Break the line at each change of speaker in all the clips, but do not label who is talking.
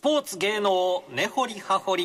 ポーツ芸能根掘り葉掘り。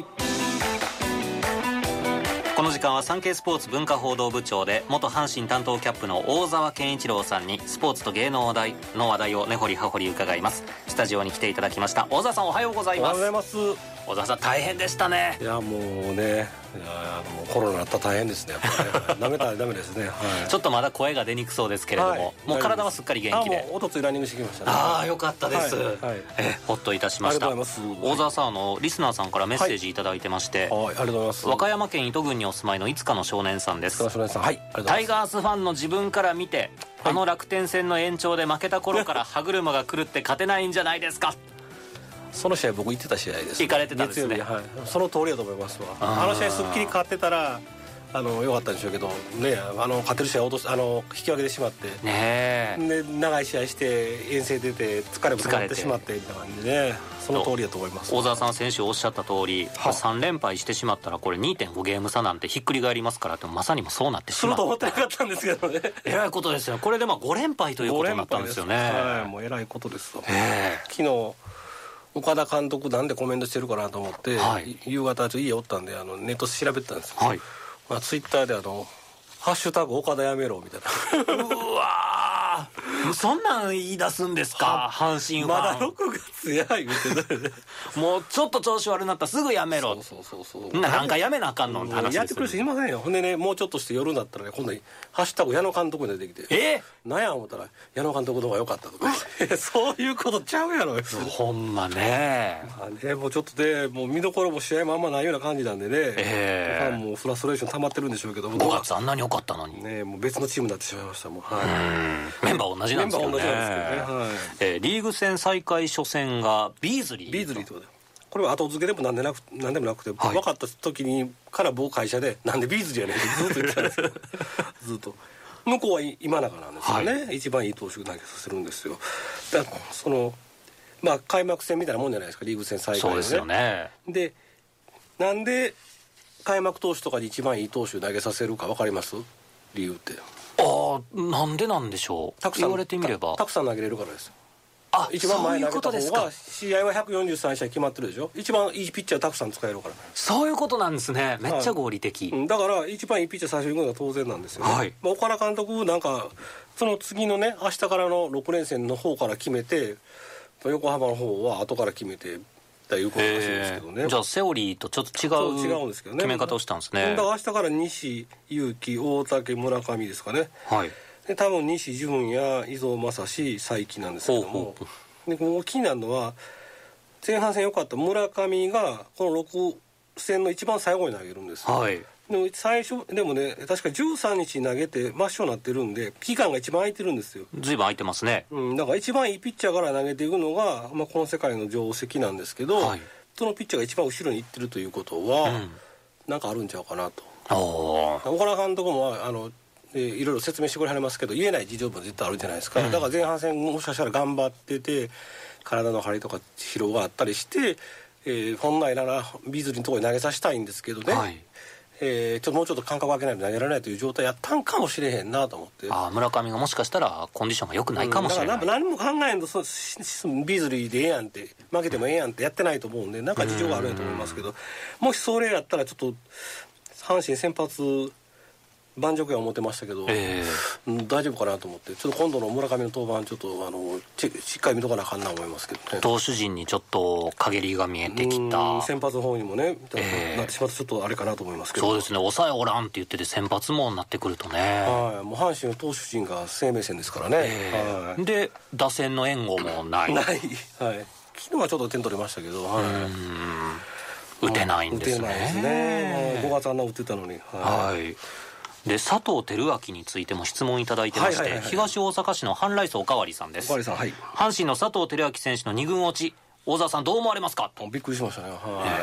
この時間は産経スポーツ文化報道部長で元阪神担当キャップの大沢健一郎さんにスポーツと芸能の話題を根掘り葉掘り伺います。スタジオに来ていただきました。大沢さん、おはようございます。
おはようございます。
大沢さん、大変でしたね。
いやもうね、コロナになったら大変ですね。やっぱり、ね、舐めたらダメですね、はい、
ちょっとまだ声が出にくそうですけれども、はい、もう体はすっかり元気で。
もうおとついランニングしてきましたね。
ああ、よかったです、
はいはい、
ほっといたしました。
ありがとうございます。
大沢さん、リスナーさんからメッセージいただいてまして、
はい、ありがとうございます。
和歌山県糸郡にお住まいのいつかの少年さんです。
少年さん、はい、
タイガースファンの自分から見て、あの楽天戦の延長で負けた頃から歯車が狂って勝てないんじゃないですか。
その試合僕行ってた試合です。
行かれてたんですね。
はい、その通りだと思いますわ。あの試合すっきり勝ってたら良かったんでしょうけどね、勝てる試合を引き分けてしまってね、で長い試合して遠征出て疲れも溜まってしまってみたいな感じでね、その通りだと思います。
大沢さん、先週おっしゃった通り、3連敗してしまったらこれ 2.5 ゲーム差なんてひっくり返りますからって、まさにもそうなってしまう。
すると思ってなかったんですけどね。
えらいことですよ。これで5連敗ということになったんですよね。
はい、もうえらいことですよ。昨日岡田監督なんでコメントしてるかなと思って、はい、夕方ちょっと家おったんでネット調べてたんですよ、はい、ツイッターでハッシュタグ岡田やめろみたいな
うわー、そんなん言い出すんですか。阪神ファン
まだ6月や言うてた
もうちょっと調子悪くなったらすぐやめろ。そうなんかやめなあかんのって話ですよ。
やってくる人いませんよ。ほんでね、もうちょっとして夜になったらね、今度ハッシュタグ矢野監督に出てきて、なんや思ったら矢野監督の方が良かったとかそういうことちゃうやろ
ほんまね。
もうちょっとでもう見どころも試合もあんまないような感じなんでね、ファンもフラストレーション溜まってるんでしょうけど、
5月あんなに良かったのに
ね、もう別のチームになってしまいましたもん。
メンバー同じなんですけどね。リーグ戦再開初戦がビーズリーとで、
これは後付けでも何でもなくて、分かった時にから僕会社でなんでビーズリーやねんってずっと言ってたんですよずっと。向こうは今永なんですよね、一番いい投手投げさせるんですよ。だから開幕戦みたいなもんじゃないですか、リーグ戦再開のね。
そうですよね。
でなんで開幕投手とかに一番いい投手投げさせるか分かります？理由って。
なんでなんでしょう。言われてみれば
たくさん投げれるからです。一番前投げた方が試合は143試合決まってるでしょ。一番いいピッチャーたくさん使えるから。
そういうことなんですね。めっちゃ合理的、
だから一番いいピッチャー最初に行くのが当然なんですよね、岡田監督なんかその次のね、明日からの6連戦の方から決めて、横浜の方は後から決めてということらしいですけどね。
じゃあセオリーとちょっと違うんですけどね、決め方をしたんですね。
だから明日から西勇輝、大竹、村上ですかね。で多分西純也、伊藤将司、才木なんですけども、でもう気になるのは前半戦良かった村上がこの6戦の一番最後に投げるんですよ、でも最初でもね、確か13日に投げて抹消になってるんで期間が一番空いてるんですよ。
随分空いてますね、
だから一番いいピッチャーから投げていくのが、この世界の定石なんですけど、そのピッチャーが一番後ろに行ってるということは、なんかあるんちゃうかなと。岡田監督もいろいろ説明してくれはりますけど、言えない事情も絶対あるじゃないですか、だから前半戦もしかしたら頑張ってて体の張りとか疲労があったりして、本来ならビーズリーのところに投げさせたいんですけどね、もうちょっと間隔を空けないと投げられないという状態やったんかもしれへんなと思って。
村上がもしかしたらコンディションが良くないかもしれない、
だから何も考えんとビーズリーでええやんって、負けてもええやんってやってないと思うんで、なんか事情があるんやと思いますけど、もしそれやったらちょっと阪神先発盤石は思ってましたけど、大丈夫かなと思って、ちょっと今度の村上の登板ちょっとしっかり見とかなあかんな思いますけどね。
投手陣にちょっと陰りが見えてきた。
先発の方にもね、なってしまってちょっとあれかなと思いますけど。
そうですね、抑えおらんって言ってて先発もなってくるとね、
もう阪神の投手陣が生命線ですからね、
で打線の援護もない昨
日はちょっと点取れましたけど、
打てないんですね。
打てないですね、5月あんな打ってたのに。
で佐藤輝明についても質問いただいてまして、東大阪市の阪ライスおかわりさんです。阪神の佐藤輝明選手の2軍落ち、大沢さんどう思われますか。
びっくりしましたね。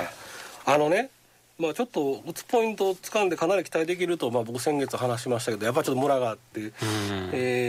ちょっと打つポイントを掴んでかなり期待できると、僕先月話しましたけど、やっぱりちょっとムラがあって、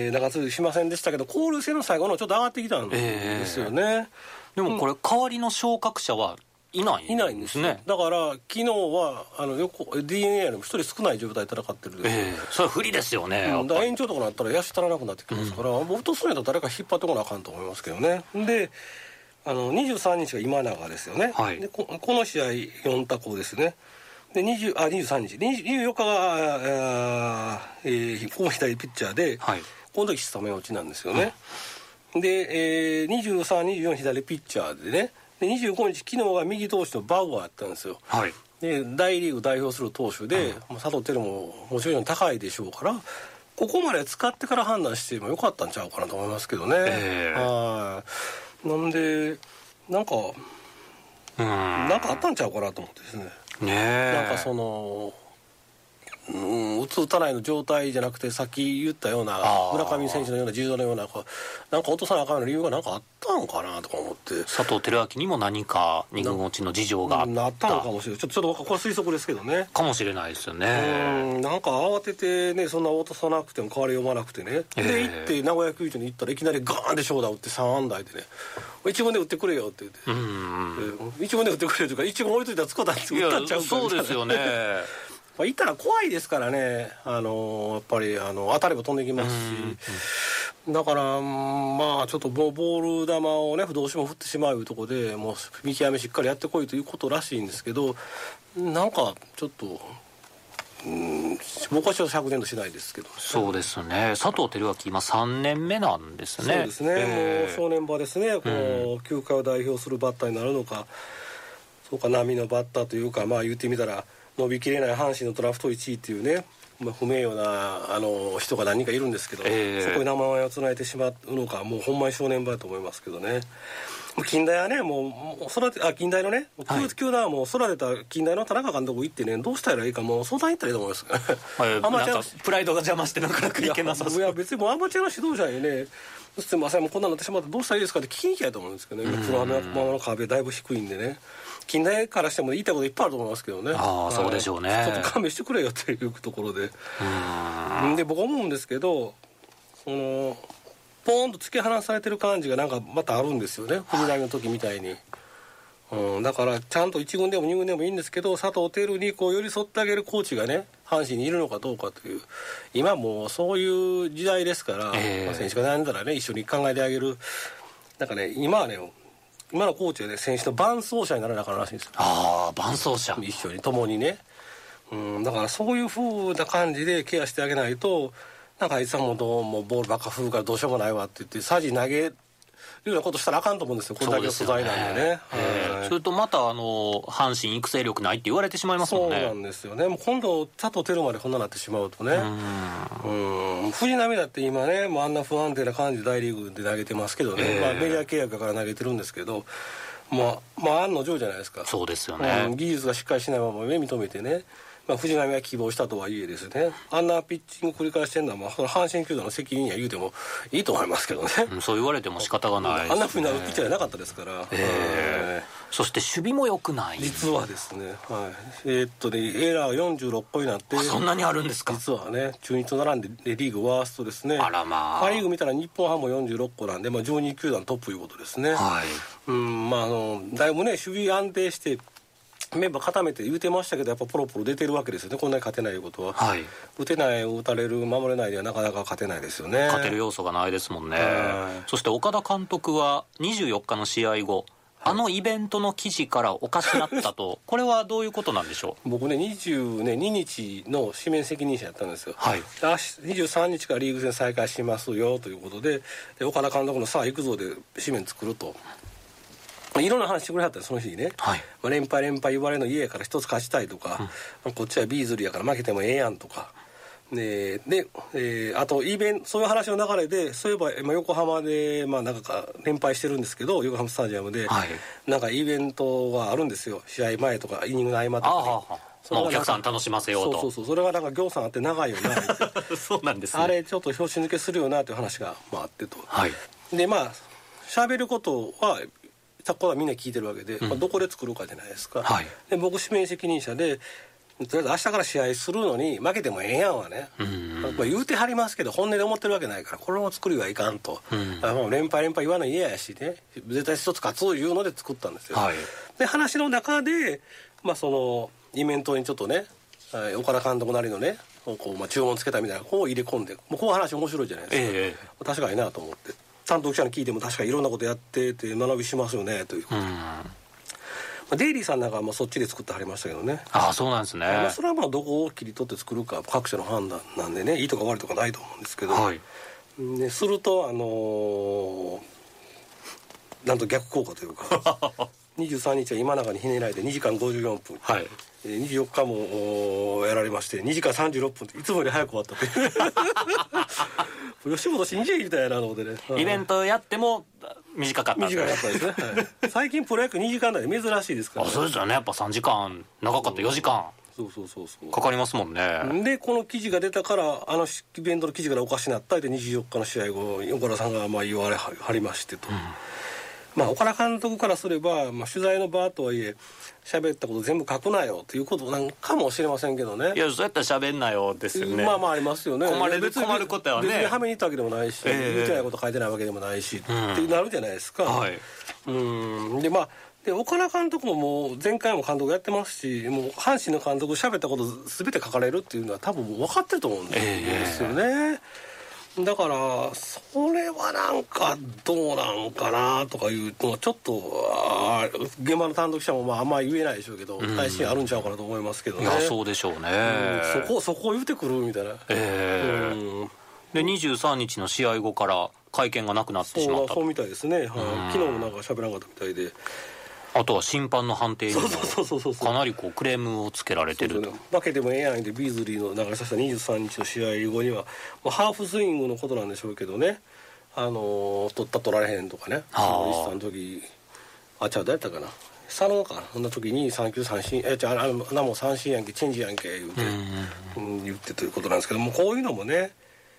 長続きしませんでしたけど、交流戦の最後のちょっと上がってきたんですよね。
でもこれ、代わりの昇格者はいないんですね。
だから昨日はDNA よりも1人少ない状態で戦ってるんで
それは不利ですよね、
だから延長とかになったら野手足らなくなってきますから、僕とそれだと誰か引っ張ってこなあかんと思いますけどね。で 23日が今永ですよね、
はい、
でこの試合4打項ですね。で23日24日がこの左ピッチャーで、はい、この時スタメン落ちなんですよね、で、23、24左ピッチャーでね、で25日昨日が右投手のバウアーやったんですよ、はい、で大リーグ代表する投手で、佐藤輝ももちろん高いでしょうから、ここまで使ってから判断してもよかったんちゃうかなと思いますけどね、なんでなんかあったんちゃうかなと思ってですね、なんかその打つ打たないの状態じゃなくて、さっき言ったような村上選手のような重要なようななんか落とさなあかんような理由がなんかあったのかなとか思って、
佐藤輝明にも何か二軍落ちの事情があった
のかもしれない。ちょっとこれ推測ですけどね、
かもしれないですよね。
なんか慌ててね、そんな落とさなくても代わり読まなくてね、で行って名古屋球場に行ったらいきなりガーンで長打打って3安打でね、一軍で打ってくれよって言って、一軍で打ってくれよというか、一軍置いといたらつこたって打ったんちゃうかみたいな。
そうですよね
いたら怖いですからね、やっぱり当たれば飛んでいきますし、だからまあちょっともうボール球をねどうしても振ってしまうところでもう見極めしっかりやってこいということらしいんですけど、なんかちょっと僕はちょっと100年としないですけど、ね、
そうですね。佐藤輝明今3年目なんですね。
そうですね、もう正念場ですね。この球界を代表するバッターになるのか、そうか波のバッターというか、まあ言ってみたら伸びきれない阪神のドラフト1位っていうね、不名誉な人が何人かいるんですけど、そこに名前をつないでしまうのか、もうほんまに正念場だと思いますけどね。近代はね、もう近代のね、球団はもう育てた近代の田中監督行ってね、どうしたらいいかもう相談行ったらいいと思います
アマチュアプライドが邪魔してなかなかいけなさそう。
いや別にもうアマチュアの指導者にね、すみませんもうこんなのなってしまってどうしたらいいですかって聞きに行きたいと思うんですけどね、プロの壁だいぶ低いんでね、近代からしても言いたいこといっぱいあると思いますけどね。
そうでしょうね。
ちょっと勘弁してくれよっていうところで、で僕思うんですけど、そのポーンと突き放されてる感じがなんかまたあるんですよね、藤浪の時みたいに、だからちゃんと1軍でも2軍でもいいんですけど、佐藤輝にこう寄り添ってあげるコーチがね阪神にいるのかどうかという、今もうそういう時代ですから、選手が悩んだらね一緒に考えてあげる。なんかね今のコーチはね選手の伴走者にならなあかんらしいんですよ。
伴走者
一緒に共にね、だからそういう風な感じでケアしてあげないと、なんかあいつはもうどうもボールばっか振るからどうしようもないわって言ってサジ投げるようなことしたらあかんと思うんですよ、これだけの素材なんでね。
それとまた阪神育成力ないって言われてしまいますもんね。
そうなんですよね。もう今度佐藤輝までこんなになってしまうとね、藤浪だって今ねもうあんな不安定な感じで大リーグで投げてますけどね、メジャー契約から投げてるんですけど、まあ案の定じゃないですか。
そうですよね、
技術がしっかりしないまま認めてね、藤浪は希望したとはいえですね、あんなピッチング繰り返してるのは、阪神球団の責任や言うてもいいと思いますけどね、
そう言われても仕方がないですね。
あんなふうになるピッチャーじゃなかったですから、
そして守備も良くない。
実はですね、エラー46個になって、
そんなにあるんですか。実
はね中日と並んでリーグワーストですね。
あらまあ、
パ・リーグ見たら日本ハムも46個なんで、12球団トップいうことですね。だいぶね守備安定してメンバー固めて言うてましたけど、やっぱポロポロ出てるわけですよね、こんなに勝てないいうことは。打てない、打たれる、守れないではなかなか勝てないですよね。
勝てる要素がないですもんね。そして岡田監督は24日の試合後、イベントの記事からおかしなったとこれはどういうことなんでしょう。僕ね22日の紙面責任者やったんですよ、23日からリーグ戦再開しますよということで、岡田監督のさあ行くぞで紙面作ると、いろんな話してくれはったらその日にね、連敗言われの家やから一つ勝ちたいとか、こっちはビーズリーやから負けてもええやんとか、あとそういう話の流れで、そういえば、横浜で、なんか連敗してるんですけど、横浜スタジアムで、なんかイベントがあるんですよ、試合前とかイニングの合間とかに。お客さん楽しませようと。それがなんか行さんあって長いよなそうなんですね。
あれちょっと拍子抜けするよなという話があってと、で喋ることはこれはみんな聞いてるわけで、どこで作るかじゃないですか、で僕指名責任者で、とりあえず明日から試合するのに負けてもええやんわね、言うてはりますけど本音で思ってるわけないから、これを作りはいかんと、連敗言わない嫌やしね、絶対一つ勝つというので作ったんですよ、で話の中で、そのイベントにちょっとね、岡田監督なりのね注文つけたみたいなこう入れ込んで、もうこう話面白いじゃないですか、確かになと思って、 担当記者に聞いても確かいろんなことやってて間延びしますよねという、デイリーさんなんかはそっちで作ってはりましたけどね。
ああそうなんですね。
それはどこを切り取って作るか各社の判断なんでね、いいとか悪いとかないと思うんですけど、
はい、
でするとなんと逆効果というか23日は今永にひねられて2時間54分、はい、24日もやられまして2時間36分っていつもより早く終わったという吉本信じみたいなのでね、
イベントやっても短かった
ですね、はい、最近プロ野球2時間台珍しいですから、ね、
そうですよね。やっぱ3時間長かった4時間
そう
かかりますもんね。
でこの記事が出たからイベントの記事からおかしなったで24日の試合後岡田さんが言われはりましてと、岡田監督からすれば、取材の場とはいえ喋ったこと全部書くなよということなんかもしれませんけどね。
いやそうやったら喋んなよですよね。
ありますよね。困
ることはね、
別にはめに行ったわけでもないし、言ってないこと書いてないわけでもないし、ってなるじゃないですか、はい、で岡田監督ももう前回も監督やってますし、もう阪神の監督喋ったこと全て書かれるっていうのは多分分かってると思うんですよね、だからそれはなんかどうなんかなとかいうのはちょっと現場の担当記者もあんまり言えないでしょうけど、関心あるんちゃうかなと思いますけどね。
いやそうでしょうね、
そこを言うてくるみたいな、
で23日の試合後から会見がなくなってしまった。
そうみたいですね、昨日もなんか喋らなかったみたいで、
あとは審判の判定にもかなりクレームをつけられてると。
負けてもええやんでビーズリーの流れさせた23日の試合後にはハーフスイングのことなんでしょうけどね、取った取られへんとかね、リスターの時誰やったかな、佐野かな、そんな時に3球三振もう三振やんけチェンジやんけ言ってということなんですけども、こういうのもね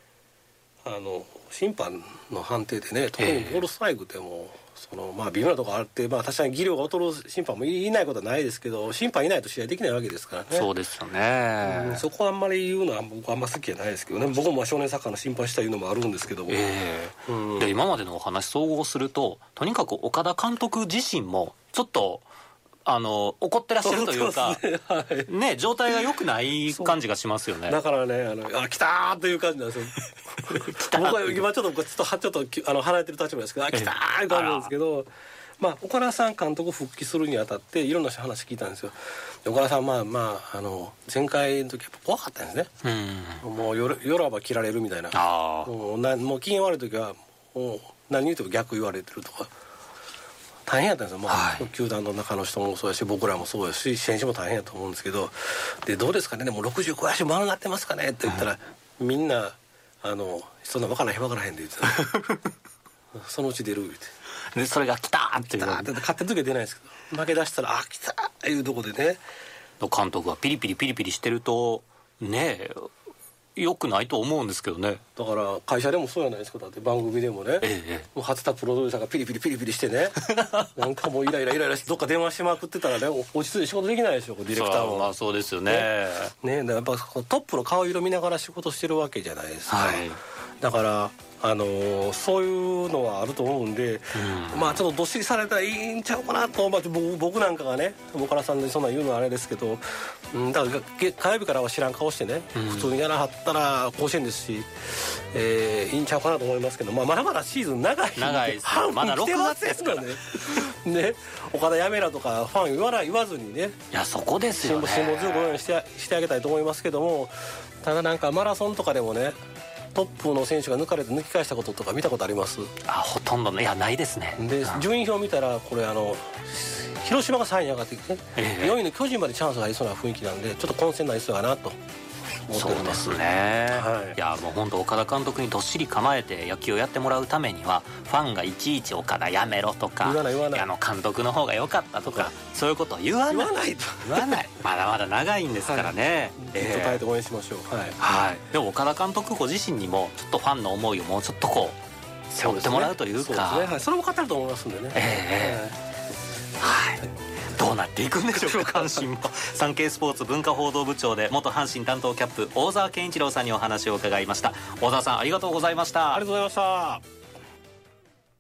審判の判定でね、特にボールストライクっても微妙なところあって、確かに技量が劣る審判もいないことはないですけど、審判いないと試合できないわけですからね。
そうですよね、
そこはあんまり言うのは僕はあんま好きじゃないですけどね。僕も少年サッカーの審判したいうのもあるんですけども、
で今までのお話総合すると、とにかく岡田監督自身もちょっと怒ってらっしゃるというかね、状態が良くない感じがしますよね。
だからね来たーという感じなんですよ僕は今ちょっと離れてる立場ですけど来たーいう感じなんですけど、岡田さん監督復帰するにあたっていろんな話聞いたんですよ。岡田さん前回の時やっぱ怖かったんですね、もう夜は切られるみたいな、もう機嫌悪い時はもう何言うても逆言われてるとか大変やったんですよ、球団の中の人もそうやし僕らもそうやし選手も大変やと思うんですけど、でどうですかね、でも60超え足丸になってますかねって言ったら、みんなそんな分からへん分からへんで言ってたそのうち出るって
でそれが来たーって
勝ってる時は出ないですけど、負け出したら来たーっていうとこでね、
監督がピリピリしてるとね良くないと思うんですけどね。
だから会社でもそうじゃないですか。だって番組でもね、もう初田プロデューサーがピリピリしてねなんかもうイライラしてどっか電話しまくってたらね、落ち着いて仕事できないでしょディレクターも。
そうですよね。
だからやっぱトップの顔色見ながら仕事してるわけじゃないですか、だからそういうのはあると思うんで、ちょっとどっしりされたらいいんちゃうかなと、僕なんかがね岡田さんにそんな言うのはあれですけど、だから火曜日からは知らん顔してね、普通にやらはったら甲子園ですし、いいんちゃうかなと思いますけど、まだまだシーズン長い
です
まだ6月ですからね岡田やめらとかファン言わずにね、
いやそこですよね、
辛抱強く応援してあげたいと思いますけども、ただなんかマラソンとかでもねトップの選手が抜かれて抜き返したこととか見たことあります？
ほとんどないですね。
で順位表見たらこれ広島が3位に上がってきて、4位の巨人までチャンスがありそうな雰囲気なんで、ちょっと混戦になりそうかなと思っております。
そうですね、いやもう本当岡田監督にどっしり構えて野球をやってもらうためには、ファンがいちいち岡田やめろとか、
言わない
監督の方が良かったとか、そういうことを言わないまだまだ長いんですからね、
ずっと耐えて応援しましょう。
でも岡田監督ご自身にもちょっとファンの思いをもうちょっと背負ってもらうというか、
それも勝てると思いますんでね。
どうなっていくんでしょうか阪神も。サンケイスポーツ文化報道部長で元阪神担当キャップ大沢健一郎さんにお話を伺いました。大沢さんありがとうございました。
ありがとうございました。